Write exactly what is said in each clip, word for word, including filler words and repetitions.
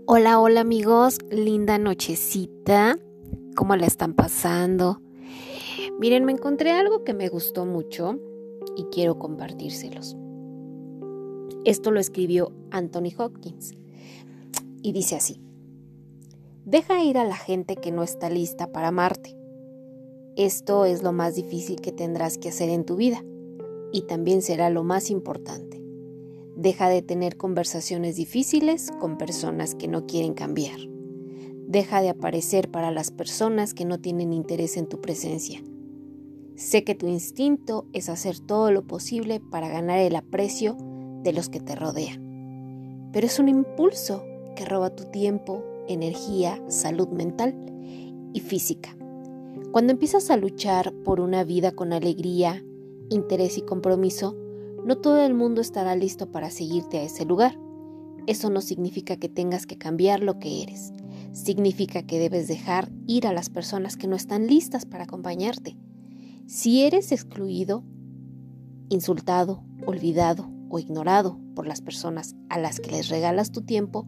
Hola, hola amigos, linda nochecita, ¿cómo la están pasando? Miren, me encontré algo que me gustó mucho y quiero compartírselos. Esto lo escribió Anthony Hopkins y dice así: deja ir a la gente que no está lista para amarte. Esto es lo más difícil que tendrás que hacer en tu vida y también será lo más importante. Deja de tener conversaciones difíciles con personas que no quieren cambiar. Deja de aparecer para las personas que no tienen interés en tu presencia. Sé que tu instinto es hacer todo lo posible para ganar el aprecio de los que te rodean, pero es un impulso que roba tu tiempo, energía, salud mental y física. Cuando empiezas a luchar por una vida con alegría, interés y compromiso, no todo el mundo estará listo para seguirte a ese lugar. Eso no significa que tengas que cambiar lo que eres. Significa que debes dejar ir a las personas que no están listas para acompañarte. Si eres excluido, insultado, olvidado o ignorado por las personas a las que les regalas tu tiempo,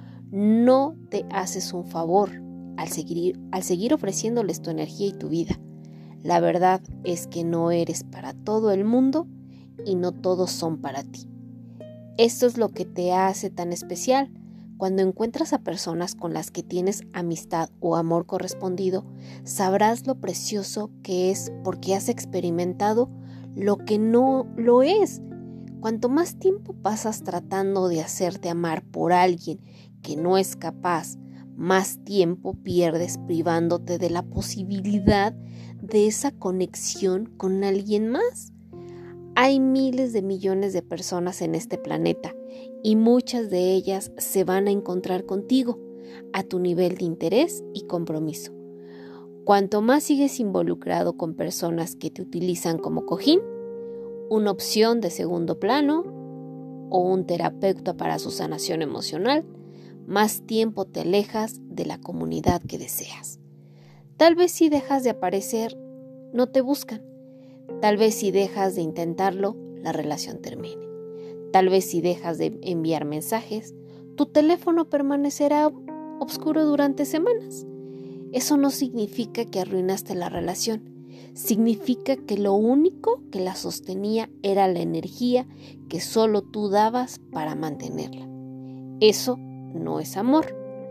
no te haces un favor al seguir, al seguir ofreciéndoles tu energía y tu vida. La verdad es que no eres para todo el mundo y no todos son para ti. Esto es lo que te hace tan especial. Cuando encuentras a personas con las que tienes amistad o amor correspondido, sabrás lo precioso que es porque has experimentado lo que no lo es. Cuanto más tiempo pasas tratando de hacerte amar por alguien que no es capaz, más tiempo pierdes privándote de la posibilidad de esa conexión con alguien más. Hay miles de millones de personas en este planeta y muchas de ellas se van a encontrar contigo a tu nivel de interés y compromiso. Cuanto más sigues involucrado con personas que te utilizan como cojín, una opción de segundo plano o un terapeuta para su sanación emocional, más tiempo te alejas de la comunidad que deseas. Tal vez si dejas de aparecer, no te buscan. Tal vez si dejas de intentarlo, la relación termine. Tal vez si dejas de enviar mensajes, tu teléfono permanecerá oscuro durante semanas. Eso no significa que arruinaste la relación. Significa que lo único que la sostenía era la energía que solo tú dabas para mantenerla. Eso no es amor.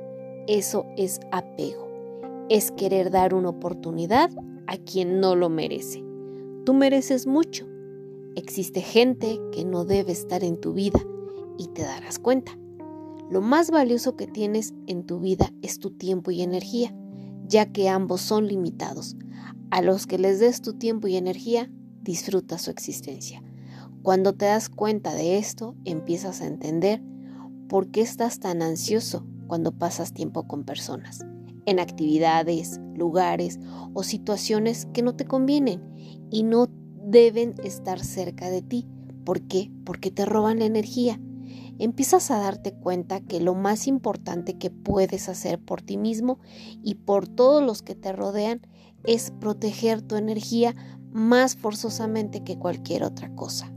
Eso es apego. Es querer dar una oportunidad a quien no lo merece. Tú mereces mucho. Existe gente que no debe estar en tu vida y te darás cuenta. Lo más valioso que tienes en tu vida es tu tiempo y energía, ya que ambos son limitados. A los que les des tu tiempo y energía, disfruta su existencia. Cuando te das cuenta de esto, empiezas a entender por qué estás tan ansioso cuando pasas tiempo con personas, en actividades, lugares o situaciones que no te convienen y no deben estar cerca de ti. ¿Por qué? Porque te roban la energía. Empiezas a darte cuenta que lo más importante que puedes hacer por ti mismo y por todos los que te rodean es proteger tu energía más forzosamente que cualquier otra cosa.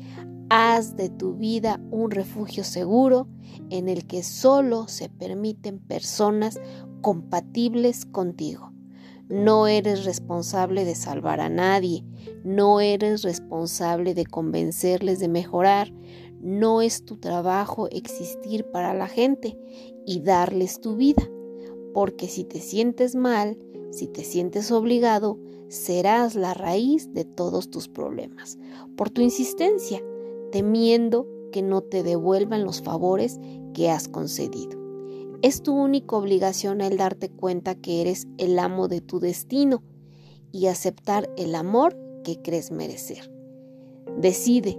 Haz de tu vida un refugio seguro en el que solo se permiten personas compatibles contigo. No eres responsable de salvar a nadie, no eres responsable de convencerles de mejorar, no es tu trabajo existir para la gente y darles tu vida, porque si te sientes mal, si te sientes obligado, serás la raíz de todos tus problemas, por tu insistencia, temiendo que no te devuelvan los favores que has concedido. Es tu única obligación el darte cuenta que eres el amo de tu destino y aceptar el amor que crees merecer. Decide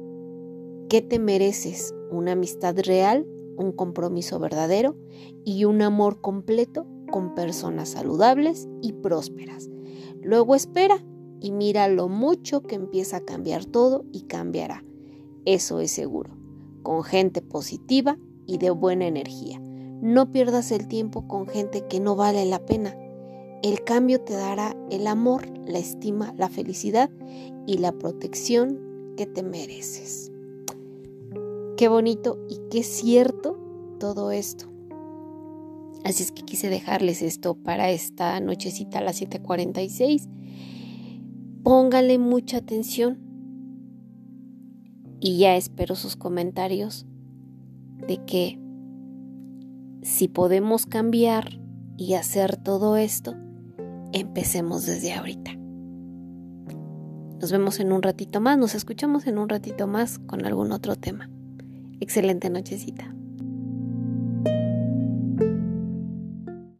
qué te mereces: una amistad real, un compromiso verdadero y un amor completo con personas saludables y prósperas. Luego espera y mira lo mucho que empieza a cambiar todo y cambiará. Eso es seguro, con gente positiva y de buena energía. No pierdas el tiempo con gente que no vale la pena. El cambio te dará el amor, la estima, la felicidad y la protección que te mereces. Qué bonito y qué cierto todo esto. Así es que quise dejarles esto para esta nochecita a las siete cuarenta y seis. Póngale mucha atención y ya espero sus comentarios de que si podemos cambiar y hacer todo esto, empecemos desde ahorita. Nos vemos en un ratito más, nos escuchamos en un ratito más con algún otro tema. Excelente nochecita.